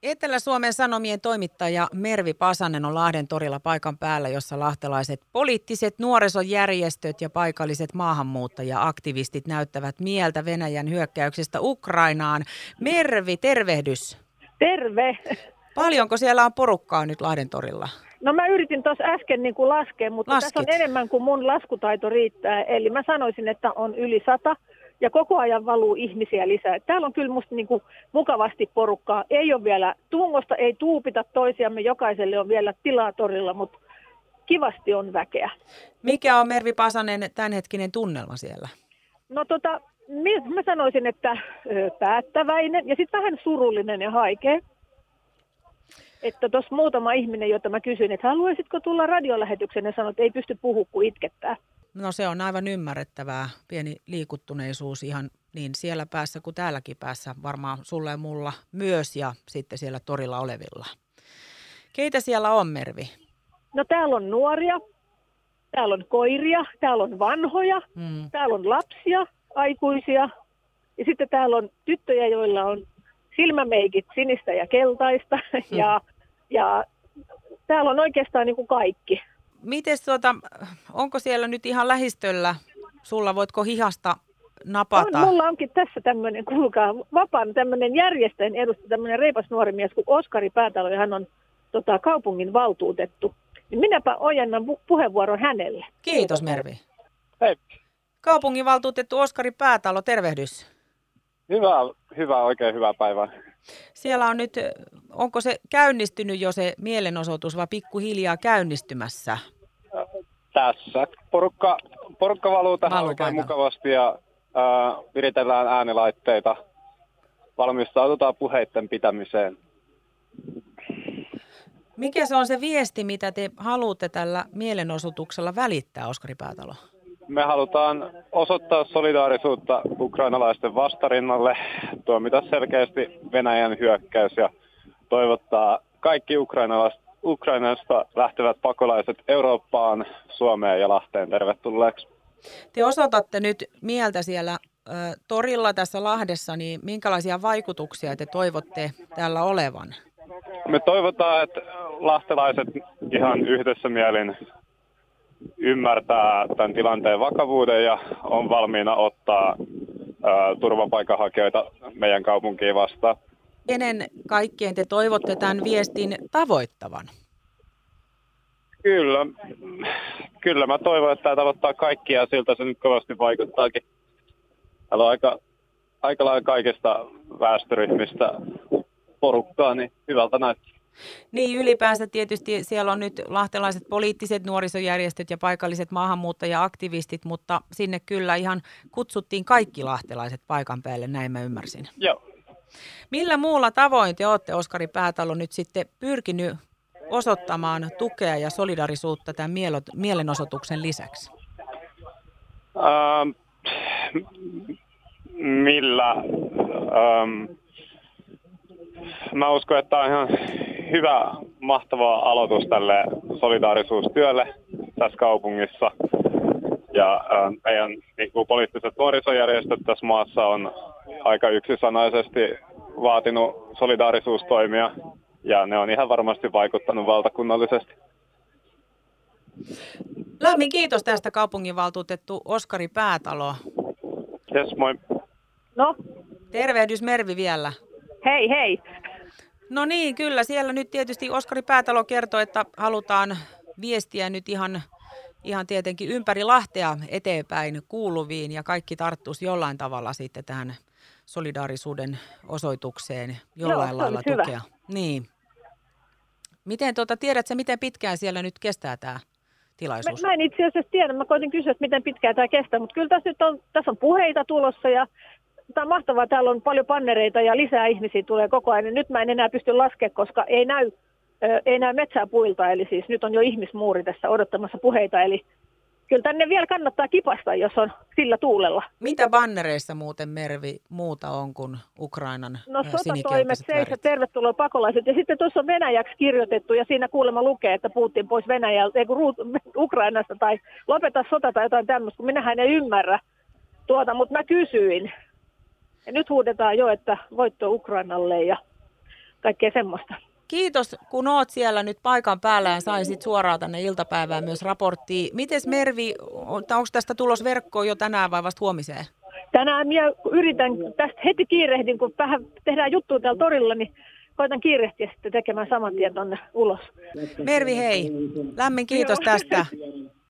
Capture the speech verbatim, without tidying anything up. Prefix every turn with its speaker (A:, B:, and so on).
A: Etelä-Suomen Sanomien toimittaja Mervi Pasanen on Lahden torilla paikan päällä, jossa lahtelaiset poliittiset nuorisojärjestöt ja paikalliset maahanmuuttaja-aktivistit näyttävät mieltä Venäjän hyökkäyksestä Ukrainaan. Mervi, tervehdys.
B: Terve.
A: Paljonko siellä on porukkaa nyt Lahden torilla?
B: No mä yritin tuossa äsken niin kuin laskea, mutta
A: Laskit.
B: tässä on enemmän kuin mun laskutaito riittää. Eli mä sanoisin, että on yli sata ja koko ajan valuu ihmisiä lisää. Täällä on kyllä musta niin kuin mukavasti porukkaa. Ei ole vielä tungosta, ei tuupita toisiamme. Jokaiselle on vielä tilaa torilla, mutta kivasti on väkeä.
A: Mikä on Mervi Pasanen tämänhetkinen tunnelma siellä?
B: No tota, mä sanoisin, että päättäväinen ja sitten vähän surullinen ja haikea. Että tuossa muutama ihminen, jota mä kysyin, että haluaisitko tulla radiolähetykseen, ja sanoi, että ei pysty puhumaan kuin itkettää.
A: No se on aivan ymmärrettävää. Pieni liikuttuneisuus ihan niin siellä päässä kuin täälläkin päässä. Varmaan sulla ja mulla myös ja sitten siellä torilla olevilla. Keitä siellä on, Mervi?
B: No täällä on nuoria, täällä on koiria, täällä on vanhoja, hmm. täällä on lapsia, aikuisia. Ja sitten täällä on tyttöjä, joilla on silmämeikit sinistä ja keltaista hmm. ja, ja täällä on oikeastaan niin kuin kaikki.
A: Mites tuota, onko siellä nyt ihan lähistöllä sulla, voitko hihasta napata?
B: On, mulla onkin tässä tämmöinen, kuulkaa, vapaan tämmöinen järjestäjän edustaja, tämmöinen reipas nuori mies kuin Oskari Päätalo, ja hän on tota, kaupungin valtuutettu. Niin minäpä ojennan pu- puheenvuoron hänelle.
A: Kiitos, Mervi.
C: Hei.
A: Kaupungin valtuutettu Oskari Päätalo, tervehdys.
C: Hyvää, hyvää, oikein hyvää päivää.
A: Siellä on nyt, onko se käynnistynyt jo se mielenosoitus vai pikkuhiljaa käynnistymässä?
C: Tässä porukka, porukka valuu tähän
A: Valuu
C: oikein
A: paikalla.
C: mukavasti ja ää, viritellään äänilaitteita. Valmistaudutaan puheitten pitämiseen.
A: Mikä se on se viesti, mitä te haluatte tällä mielenosoituksella välittää, Oskari Päätalo?
C: Me halutaan osoittaa solidaarisuutta ukrainalaisten vastarinnalle, tuomita selkeästi Venäjän hyökkäys ja toivottaa kaikki Ukrainasta lähtevät pakolaiset Eurooppaan, Suomeen ja Lahteen tervetulleeksi.
A: Te osoitatte nyt mieltä siellä ö, torilla tässä Lahdessa, niin minkälaisia vaikutuksia te toivotte täällä olevan?
C: Me toivotaan, että lahtelaiset ihan yhdessä mielin ymmärtää tämän tilanteen vakavuuden ja on valmiina ottaa ä, turvapaikanhakijoita meidän kaupunkiin vastaan.
A: Kenen kaikkien te toivotte tämän viestin tavoittavan?
C: Kyllä, kyllä mä toivon, että tämä tavoittaa kaikkia ja siltä se nyt kovasti vaikuttaakin. Täällä on aika, aika lailla kaikista väestöryhmistä porukkaa, niin hyvältä näyttää.
A: Niin, ylipäänsä tietysti siellä on nyt lahtelaiset poliittiset nuorisojärjestöt ja paikalliset maahanmuuttaja-aktivistit, mutta sinne kyllä ihan kutsuttiin kaikki lahtelaiset paikan päälle, näin mä ymmärsin.
C: Joo.
A: Millä muulla tavoin te olette, Oskari Päätalo, nyt sitten pyrkinyt osoittamaan tukea ja solidarisuutta tämän mielenosoituksen lisäksi?
C: Ähm, millä? Ähm, mä uskon, että tämä on ihan hyvä, mahtava aloitus tälle solidaarisuustyölle tässä kaupungissa. Ja äh, meidän niin kuin poliittiset nuorisojärjestöt tässä maassa on aika yksisanaisesti vaatinut solidaarisuustoimia. Ja ne on ihan varmasti vaikuttanut valtakunnallisesti.
A: Lämmin kiitos tästä kaupunginvaltuutettu Oskari Päätalo.
C: Jes, moi.
B: No,
A: Tervehdys Mervi vielä.
B: hei hei.
A: No niin, kyllä. Siellä nyt tietysti Oskari Päätalo kertoi, että halutaan viestiä nyt ihan, ihan tietenkin ympäri Lahtea eteenpäin kuuluviin ja kaikki tarttuisi jollain tavalla sitten tähän solidaarisuuden osoitukseen jollain
B: Joo,
A: lailla
B: hyvä.
A: tukea. Niin. Miten tuota, tiedätkö, miten pitkään siellä nyt kestää tämä tilaisuus?
B: Mä, mä en itse asiassa tiedä, mä koitin kysyä, että miten pitkään tämä kestää, mutta kyllä tässä nyt on, tässä on puheita tulossa ja tämä on mahtavaa, täällä on paljon pannereita ja lisää ihmisiä tulee koko ajan. Nyt mä en enää pysty laskemaan, koska ei näy, ö, ei näy metsää puilta, eli siis nyt on jo ihmismuuri tässä odottamassa puheita, eli kyllä tänne vielä kannattaa kipasta, jos on sillä tuulella.
A: Mitä bannereissa muuten, Mervi, muuta on kuin Ukrainan
B: No
A: ö,
B: sotatoimet,
A: sinikeltaiset
B: seisä,
A: värit?
B: tervetuloa pakolaiset. Ja sitten tuossa on venäjäksi kirjoitettu ja siinä kuulemma lukee, että Putin pois Venäjältä, ei kun Ruut- Ukrainasta tai lopeta sota tai jotain tämmöistä, kun minähän en ymmärrä tuota, mutta mä kysyin. Ja nyt huudetaan jo, että voitto Ukrainalle ja kaikkea semmoista.
A: Kiitos, kun oot siellä nyt paikan päällä ja saisit suoraan tänne iltapäivään myös raporttia. Mites Mervi, onko tästä tulos verkkoon jo tänään vai vasta huomiseen?
B: Tänään minä yritän, tästä heti kiirehdin, kun vähän tehdään juttua täällä torilla, niin koitan kiirehtiä sitten tekemään saman tien tuonne ulos.
A: Mervi, hei. Lämmin kiitos tästä.